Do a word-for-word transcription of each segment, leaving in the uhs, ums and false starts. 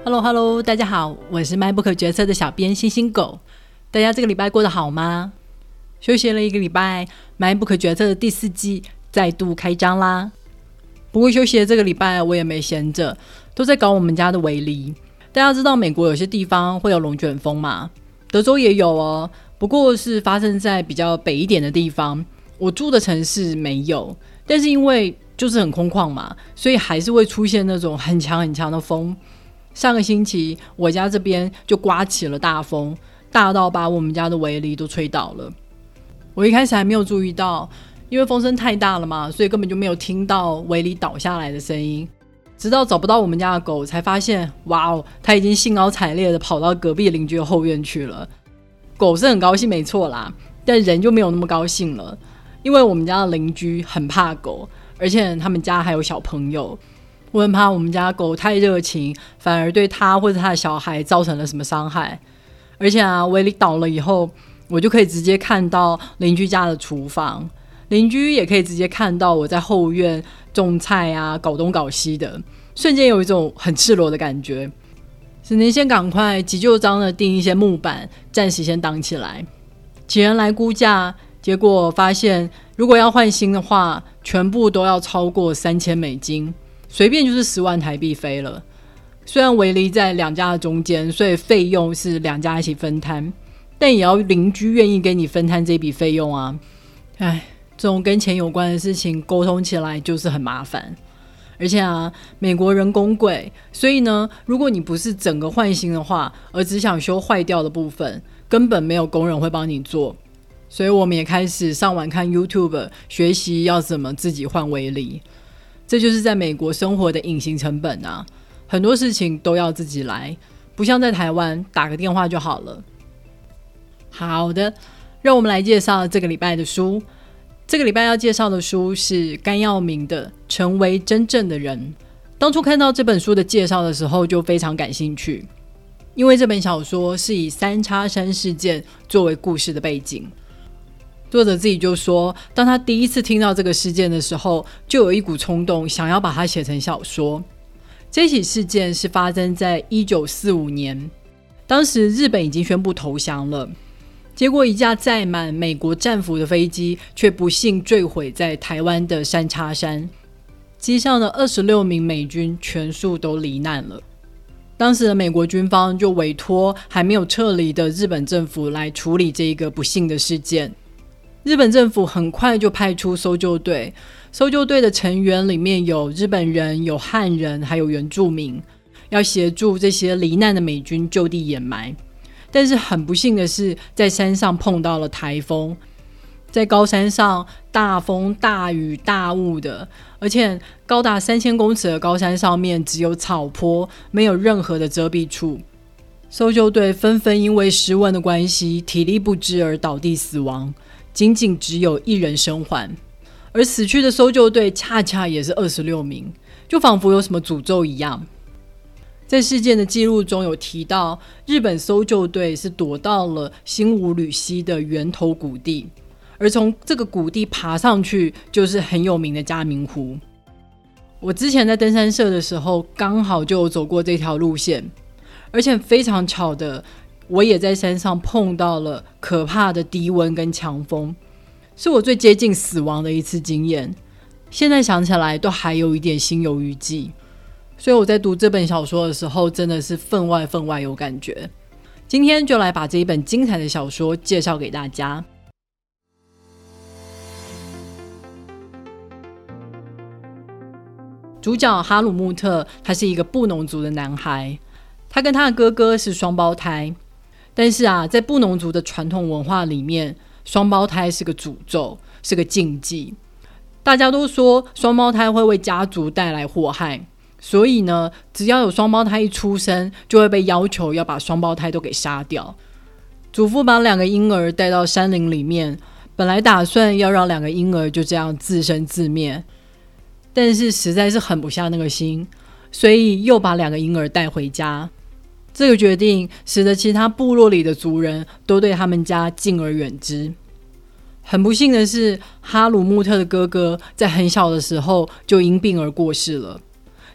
Hello Hello， 大家好，我是麦不可决策的小编星星狗。大家这个礼拜过得好吗？休息了一个礼拜，麦不可决策的第四季再度开张啦。不过休息的这个礼拜我也没闲着，都在搞我们家的围篱。大家知道美国有些地方会有龙卷风嘛，德州也有哦，不过是发生在比较北一点的地方，我住的城市没有，但是因为就是很空旷嘛，所以还是会出现那种很强很强的风。上个星期我家这边就刮起了大风，大到把我们家的围篱都吹倒了。我一开始还没有注意到，因为风声太大了嘛，所以根本就没有听到围篱倒下来的声音。直到找不到我们家的狗，才发现哇哦，它已经兴高采烈的跑到隔壁邻居的后院去了。狗是很高兴没错啦，但人就没有那么高兴了，因为我们家的邻居很怕狗，而且他们家还有小朋友。我很怕我们家狗太热情，反而对他或者他的小孩造成了什么伤害。而且啊，围篱倒了以后，我就可以直接看到邻居家的厨房，邻居也可以直接看到我在后院种菜啊，搞东搞西的，瞬间有一种很赤裸的感觉。只能先赶快急救章的订一些木板，暂时先挡起来。请人来估价，结果发现如果要换新的话，全部都要超过三千美金。随便就是十万台币飞了。虽然围篱在两家的中间，所以费用是两家一起分摊，但也要邻居愿意跟你分摊这笔费用啊。唉，这种跟钱有关的事情沟通起来就是很麻烦。而且啊，美国人工贵，所以呢，如果你不是整个换新的话，而只想修坏掉的部分，根本没有工人会帮你做。所以我们也开始上网看 YouTube 学习要怎么自己换围篱。这就是在美国生活的隐形成本啊，很多事情都要自己来，不像在台湾打个电话就好了。好的，让我们来介绍这个礼拜的书。这个礼拜要介绍的书是甘耀明的《成为真正的人》。当初看到这本书的介绍的时候就非常感兴趣，因为这本小说是以三叉山事件作为故事的背景。作者自己就说，当他第一次听到这个事件的时候，就有一股冲动想要把它写成小说。这起事件是发生在一九四五年，当时日本已经宣布投降了，结果一架载满美国战俘的飞机却不幸坠毁在台湾的三叉山，机上的二十六名美军全数都罹难了。当时的美国军方就委托还没有撤离的日本政府来处理这一个不幸的事件。日本政府很快就派出搜救队，搜救队的成员里面有日本人、有汉人，还有原住民，要协助这些罹难的美军就地掩埋。但是很不幸的是，在山上碰到了台风，在高山上大风大雨大雾的，而且高达三千公尺的高山上面只有草坡，没有任何的遮蔽处。搜救队纷纷因为失温的关系，体力不支而倒地死亡，仅仅只有一人生还，而死去的搜救队恰恰也是二十六名，就仿佛有什么诅咒一样。在事件的记录中有提到，日本搜救队是躲到了新武吕溪的源头谷地，而从这个谷地爬上去就是很有名的嘉明湖。我之前在登山社的时候刚好就有走过这条路线，而且非常巧的，我也在山上碰到了可怕的低温跟强风，是我最接近死亡的一次经验。现在想起来都还有一点心有余悸，所以我在读这本小说的时候真的是分外分外有感觉。今天就来把这一本精彩的小说介绍给大家。主角哈鲁穆特，他是一个布农族的男孩，他跟他的哥哥是双胞胎。但是啊，在布农族的传统文化里面，双胞胎是个诅咒，是个禁忌。大家都说双胞胎会为家族带来祸害，所以呢，只要有双胞胎一出生，就会被要求要把双胞胎都给杀掉。祖父把两个婴儿带到山林里面，本来打算要让两个婴儿就这样自生自灭，但是实在是狠不下那个心，所以又把两个婴儿带回家。这个决定使得其他部落里的族人都对他们家敬而远之。很不幸的是，哈鲁穆特的哥哥在很小的时候就因病而过世了。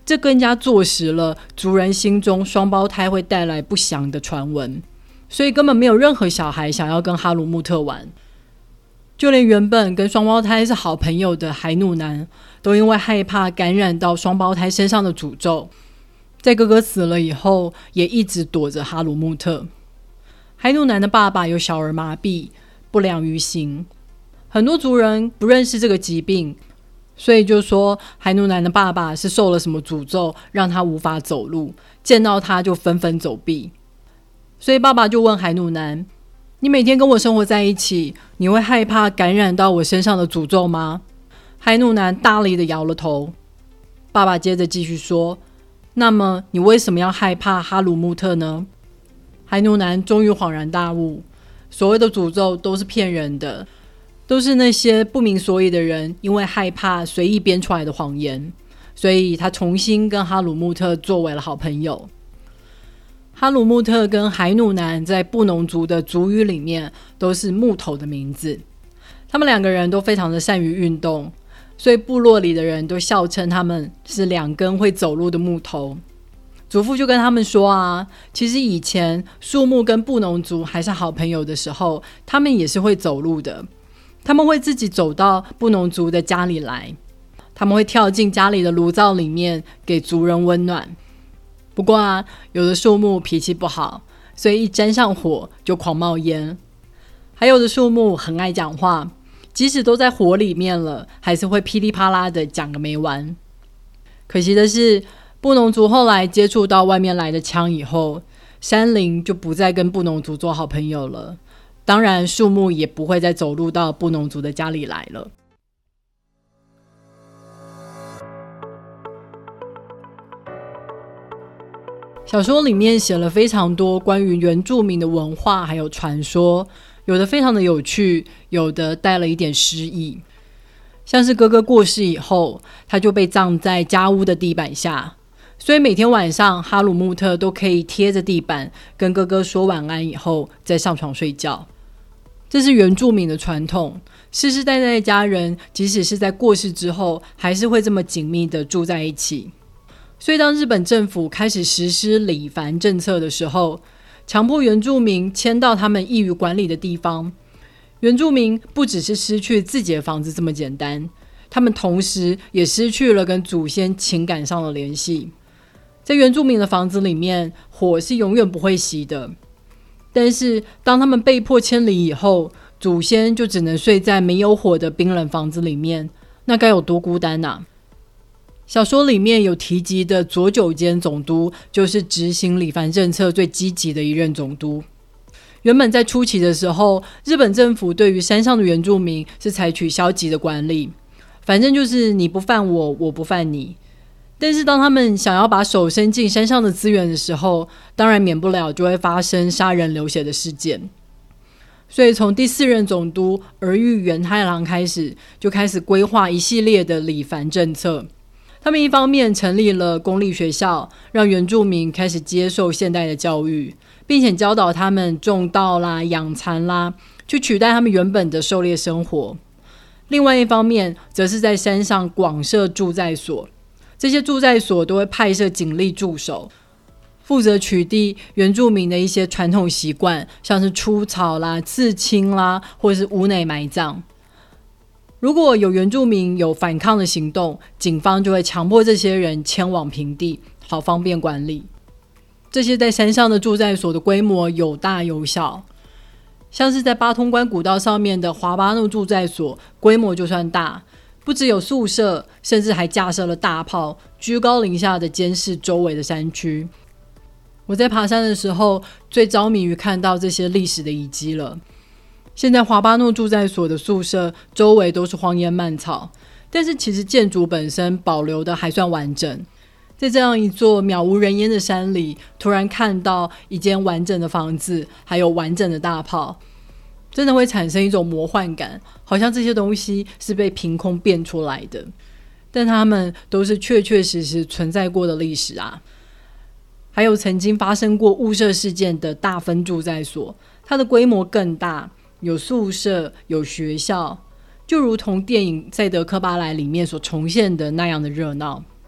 这更加坐实了族人心中双胞胎会带来不祥的传闻，所以根本没有任何小孩想要跟哈鲁木特玩。就连原本跟双胞胎是好朋友的海努南，都因为害怕感染到双胞胎身上的诅咒，在哥哥死了以后也一直躲着哈鲁木特。海努南的爸爸有小儿麻痹，不良于行，很多族人不认识这个疾病，所以就说海努南的爸爸是受了什么诅咒，让他无法走路，见到他就纷纷走避。所以爸爸就问海努南，你每天跟我生活在一起，你会害怕感染到我身上的诅咒吗？海努南大力的摇了头。爸爸接着继续说，那么你为什么要害怕哈鲁木特呢？海努南终于恍然大悟，所谓的诅咒都是骗人的，都是那些不明所以的人因为害怕随意编出来的谎言，所以他重新跟哈鲁木特作为了好朋友。哈鲁木特跟海努南在布农族的族语里面都是木头的名字，他们两个人都非常的善于运动，所以部落里的人都笑称他们是两根会走路的木头。祖父就跟他们说啊，其实以前树木跟布农族还是好朋友的时候，他们也是会走路的，他们会自己走到布农族的家里来，他们会跳进家里的炉灶里面给族人温暖。不过啊，有的树木脾气不好，所以一沾上火就狂冒烟，还有的树木很爱讲话，即使都在火里面了，还是会噼里啪啦的讲个没完。可惜的是，布农族后来接触到外面来的枪以后，山林就不再跟布农族做好朋友了，当然树木也不会再走路到布农族的家里来了。小说里面写了非常多关于原住民的文化还有传说，有的非常的有趣，有的带了一点诗意。像是哥哥过世以后，他就被葬在家屋的地板下，所以每天晚上哈鲁木特都可以贴着地板跟哥哥说晚安以后再上床睡觉。这是原住民的传统，世世代代的家人即使是在过世之后还是会这么紧密的住在一起。所以当日本政府开始实施理蕃政策的时候，强迫原住民迁到他们易于管理的地方，原住民不只是失去自己的房子这么简单，他们同时也失去了跟祖先情感上的联系。在原住民的房子里面，火是永远不会熄的，但是当他们被迫迁离以后，祖先就只能睡在没有火的冰冷房子里面，那该有多孤单啊。小说里面有提及的佐久间总督，就是执行理蕃政策最积极的一任总督。原本在初期的时候，日本政府对于山上的原住民是采取消极的管理，反正就是你不犯我，我不犯你。但是当他们想要把手伸进山上的资源的时候，当然免不了就会发生杀人流血的事件。所以从第四任总督儿玉源太郎开始，就开始规划一系列的理蕃政策。他们一方面成立了公立学校，让原住民开始接受现代的教育，并且教导他们种稻啦、养蚕啦，去取代他们原本的狩猎生活。另外一方面，则是在山上广设住宅所，这些住宅所都会派设警力驻守，负责取缔原住民的一些传统习惯，像是出草啦、刺青啦，或者是屋内埋葬。如果有原住民有反抗的行动，警方就会强迫这些人迁往平地，好方便管理。这些在山上的住宅所的规模有大有小，像是在八通关古道上面的华巴怒住宅所，规模就算大，不只有宿舍，甚至还架设了大炮，居高临下的监视周围的山区。我在爬山的时候，最着迷于看到这些历史的遗迹了。现在华巴怒住宅所的宿舍周围都是荒烟蔓草，但是其实建筑本身保留的还算完整。在这样一座渺无人烟的山里，突然看到一间完整的房子，还有完整的大炮，真的会产生一种魔幻感，好像这些东西是被凭空变出来的，但它们都是确确实实存在过的历史啊。还有曾经发生过雾社事件的大分住宅所，它的规模更大，有宿舍，有学校，就如同电影《赛德克巴莱》里面所重现的那样的热闹。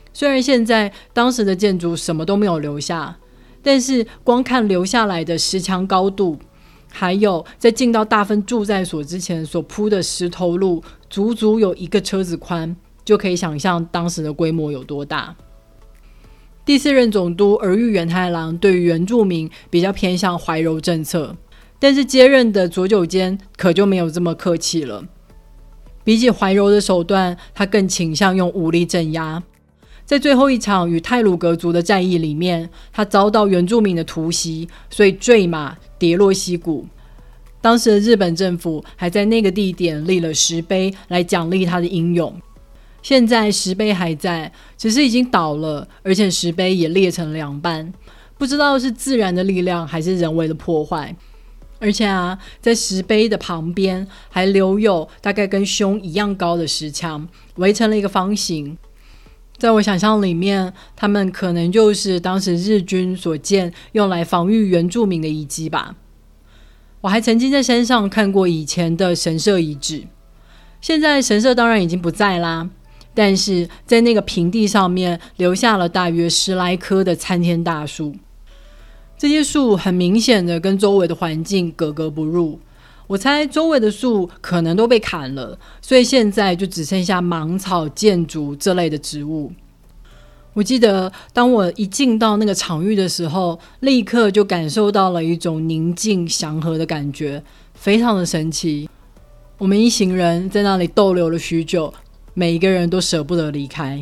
虽然现在当时的建筑什么都没有留下，但是光看留下来的石墙高度，还有在进到大分住宅所之前所铺的石头路，足足有一个车子宽，就可以想象当时的规模有多大。第四任总督儿玉源太郎对于原住民比较偏向怀柔政策，但是接任的佐久间可就没有这么客气了。比起怀柔的手段，他更倾向用武力镇压。在最后一场与太鲁阁族的战役里面，他遭到原住民的突袭，所以坠马跌落溪谷。当时的日本政府还在那个地点立了石碑来奖励他的英勇。现在石碑还在，只是已经倒了，而且石碑也裂成两半，不知道是自然的力量还是人为的破坏。而且啊，在石碑的旁边还留有大概跟胸一样高的石墙，围成了一个方形。在我想象里面，他们可能就是当时日军所建用来防御原住民的遗迹吧。我还曾经在山上看过以前的神社遗址，现在神社当然已经不在啦，但是在那个平地上面留下了大约十来棵的参天大树。这些树很明显的跟周围的环境格格不入，我猜周围的树可能都被砍了，所以现在就只剩下芒草、箭竹这类的植物。我记得当我一进到那个场域的时候，立刻就感受到了一种宁静祥和的感觉，非常的神奇。我们一行人在那里逗留了许久，每一个人都舍不得离开。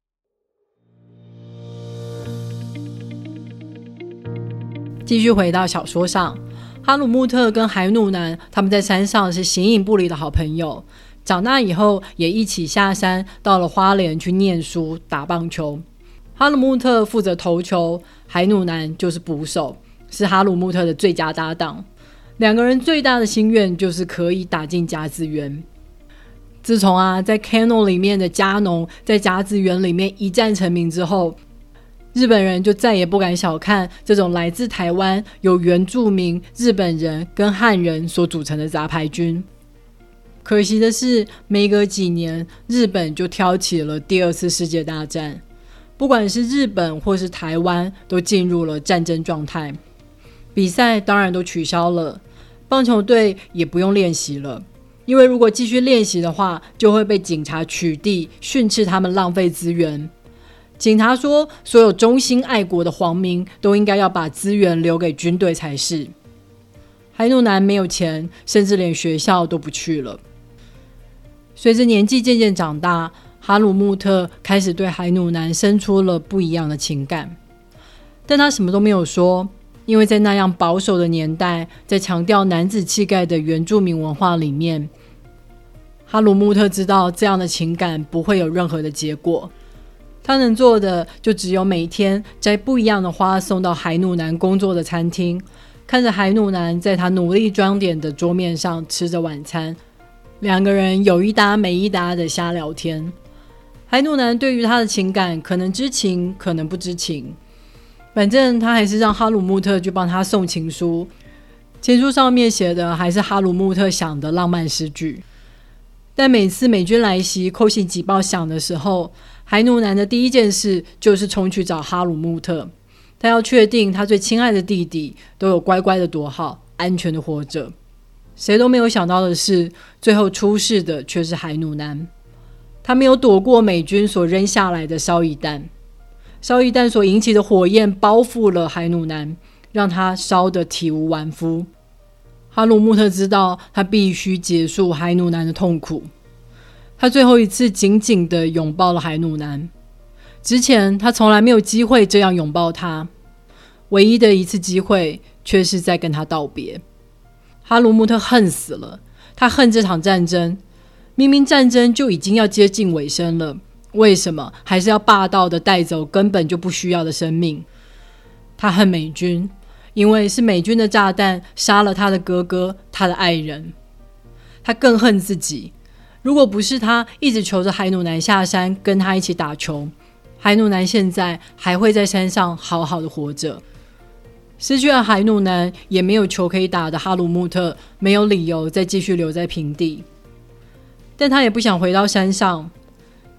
继续回到小说上，哈鲁木特跟海努南他们在山上是形影不离的好朋友，长大以后也一起下山到了花莲去念书打棒球。哈鲁木特负责投球，海努南就是捕手，是哈鲁木特的最佳搭档。两个人最大的心愿就是可以打进甲子园。自从啊在 Kano 里面的加农在甲子园里面一战成名之后，日本人就再也不敢小看这种来自台湾由原住民、日本人跟汉人所组成的杂牌军。可惜的是，没隔几年，日本就挑起了第二次世界大战，不管是日本或是台湾都进入了战争状态。比赛当然都取消了，棒球队也不用练习了，因为如果继续练习的话，就会被警察取缔，训斥他们浪费资源。警察说，所有忠心爱国的皇民都应该要把资源留给军队才是。海努南没有钱，甚至连学校都不去了。随着年纪渐渐长大，哈鲁木特开始对海努南生出了不一样的情感，但他什么都没有说，因为在那样保守的年代，在强调男子气概的原住民文化里面，哈鲁木特知道这样的情感不会有任何的结果。他能做的就只有每天摘不一样的花送到海努南工作的餐厅，看着海努南在他努力装点的桌面上吃着晚餐，两个人有一搭没一搭的瞎聊天。海努南对于他的情感可能知情可能不知情，反正他还是让哈鲁木特去帮他送情书，情书上面写的还是哈鲁木特想的浪漫诗句。但每次美军来袭扣信急报响的时候，海努南的第一件事就是冲去找哈鲁木特，他要确定他最亲爱的弟弟都有乖乖的躲好，安全的活着。谁都没有想到的是，最后出事的却是海努南。他没有躲过美军所扔下来的烧夷弹，烧夷弹所引起的火焰包覆了海努南，让他烧得体无完肤。哈鲁木特知道他必须结束海努南的痛苦，他最后一次紧紧地拥抱了海努南。之前他从来没有机会这样拥抱他，唯一的一次机会却是在跟他道别。哈鲁木特恨死了，他恨这场战争，明明战争就已经要接近尾声了，为什么还是要霸道地带走根本就不需要的生命？他恨美军，因为是美军的炸弹杀了他的哥哥，他的爱人。他更恨自己，如果不是他一直求着海努南下山跟他一起打球，海努南现在还会在山上好好的活着。失去了海努南，也没有球可以打的哈鲁木特没有理由再继续留在平地，但他也不想回到山上。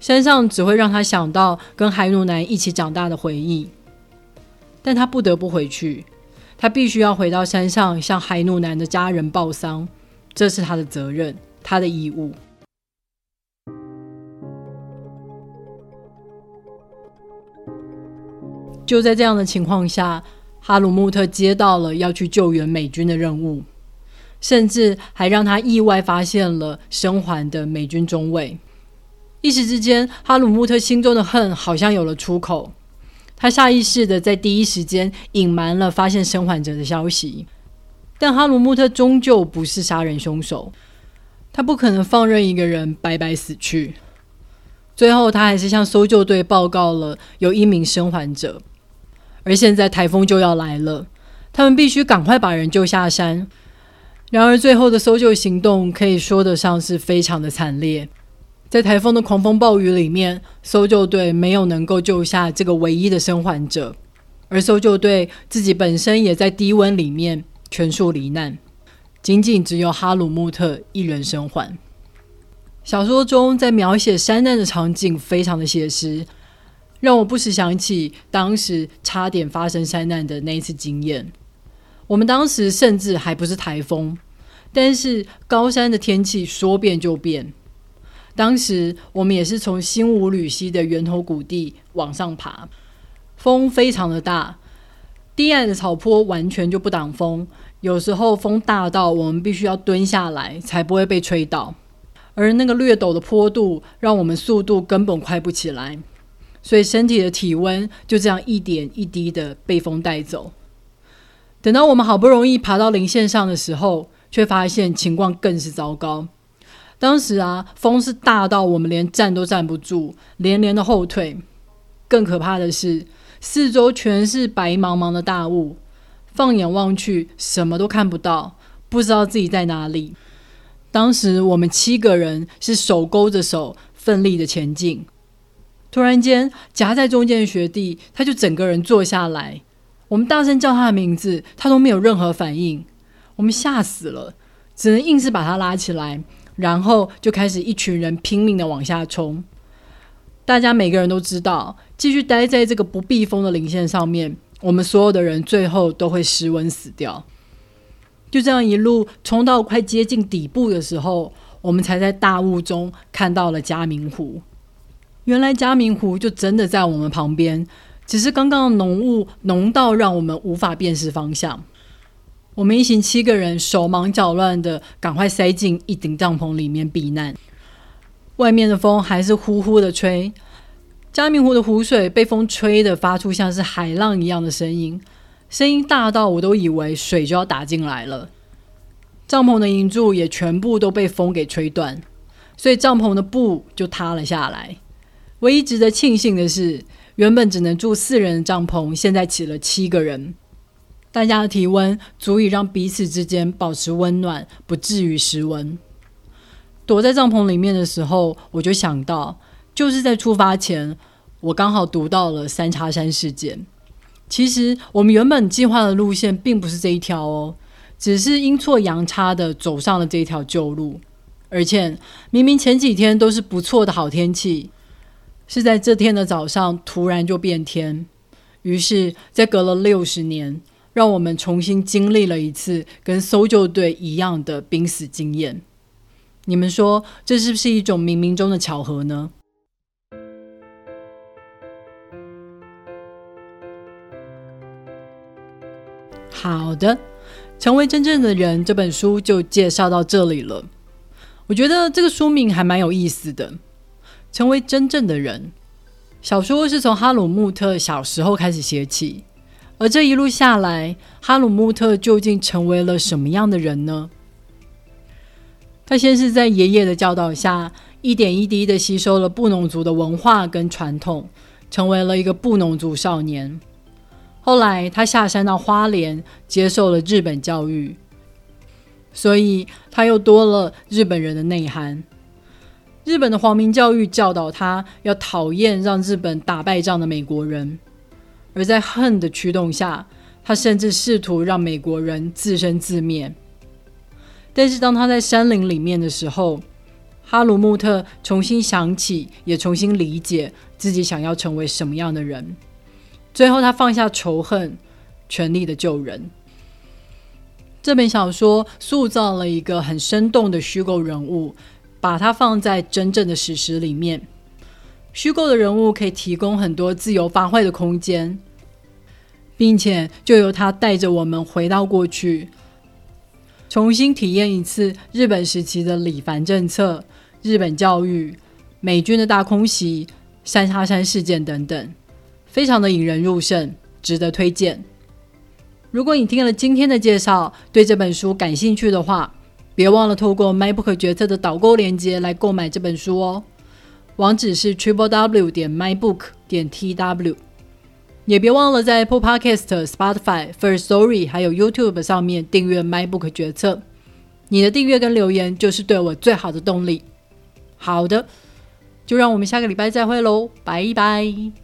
山上只会让他想到跟海努男一起长大的回忆。但他不得不回去，他必须要回到山上向海努男的家人报丧，这是他的责任，他的义务。就在这样的情况下，哈鲁穆特接到了要去救援美军的任务，甚至还让他意外发现了生还的美军中尉。一时之间，哈鲁穆特心中的恨好像有了出口，他下意识的在第一时间隐瞒了发现生还者的消息。但哈鲁穆特终究不是杀人凶手，他不可能放任一个人白白死去。最后他还是向搜救队报告了有一名生还者，而现在台风就要来了，他们必须赶快把人救下山。然而最后的搜救行动可以说得上是非常的惨烈，在台风的狂风暴雨里面，搜救队没有能够救下这个唯一的生还者，而搜救队自己本身也在低温里面全数罹难，仅仅只有哈鲁穆特一人生还。小说中在描写山难的场景非常的写实，让我不时想起当时差点发生山难的那一次经验。我们当时甚至还不是台风，但是高山的天气说变就变。当时我们也是从新武吕溪的源头谷地往上爬，风非常的大，低矮的草坡完全就不挡风，有时候风大到我们必须要蹲下来才不会被吹倒，而那个略陡的坡度让我们速度根本快不起来，所以身体的体温就这样一点一滴的被风带走。等到我们好不容易爬到零线上的时候，却发现情况更是糟糕。当时啊，风是大到我们连站都站不住，连连的后退。更可怕的是，四周全是白茫茫的大雾，放眼望去什么都看不到，不知道自己在哪里。当时我们七个人是手勾着手奋力的前进，突然间夹在中间的学弟他就整个人坐下来，我们大声叫他的名字，他都没有任何反应，我们吓死了，只能硬是把他拉起来，然后就开始一群人拼命的往下冲。大家每个人都知道，继续待在这个不避风的零线上面，我们所有的人最后都会失温死掉。就这样一路冲到快接近底部的时候，我们才在大雾中看到了嘉明湖。原来嘉明湖就真的在我们旁边，只是刚刚的浓雾浓到让我们无法辨识方向。我们一行七个人手忙脚乱的赶快塞进一顶帐篷里面避难。外面的风还是呼呼的吹，嘉明湖的湖水被风吹的发出像是海浪一样的声音，声音大到我都以为水就要打进来了。帐篷的营柱也全部都被风给吹断，所以帐篷的布就塌了下来。唯一值得庆幸的是，原本只能住四人的帐篷现在起了七个人，大家的体温足以让彼此之间保持温暖，不至于失温。躲在帐篷里面的时候，我就想到，就是在出发前，我刚好读到了三叉山事件。其实我们原本计划的路线并不是这一条哦，只是阴错阳差的走上了这一条旧路。而且明明前几天都是不错的好天气，是在这天的早上突然就变天。于是在隔了六十年，让我们重新经历了一次跟搜救队一样的濒死经验。你们说这是不是一种冥冥中的巧合呢？好的，成为真正的人这本书就介绍到这里了。我觉得这个书名还蛮有意思的，成为真正的人。小说是从哈鲁穆特小时候开始写起，而这一路下来，哈鲁穆特究竟成为了什么样的人呢？他先是在爷爷的教导下，一点一滴的吸收了布农族的文化跟传统，成为了一个布农族少年。后来他下山到花莲，接受了日本教育，所以他又多了日本人的内涵。日本的皇民教育教导他要讨厌让日本打败仗的美国人，而在恨的驱动下，他甚至试图让美国人自生自灭。但是当他在山林里面的时候， 哈鲁穆特重新想起，也重新理解自己想要成为什么样的人。最后他放下仇恨，全力的救人。这本小说塑造了一个很生动的虚构人物，把它放在真正的史实里面。虚构的人物可以提供很多自由发挥的空间，并且就由他带着我们回到过去，重新体验一次日本时期的李帆政策、日本教育、美军的大空袭、三叉山事件等等，非常的引人入胜，值得推荐。如果你听了今天的介绍，对这本书感兴趣的话，别忘了透过 MyBook 决策的导购链接来购买这本书哦。网址是 triple w 点 mybook 点 tw， 也别忘了在 Apple Podcast、Spotify、First Story 还有 YouTube 上面订阅 MyBook 决策。你的订阅跟留言就是对我最好的动力。好的，就让我们下个礼拜再会咯，拜拜。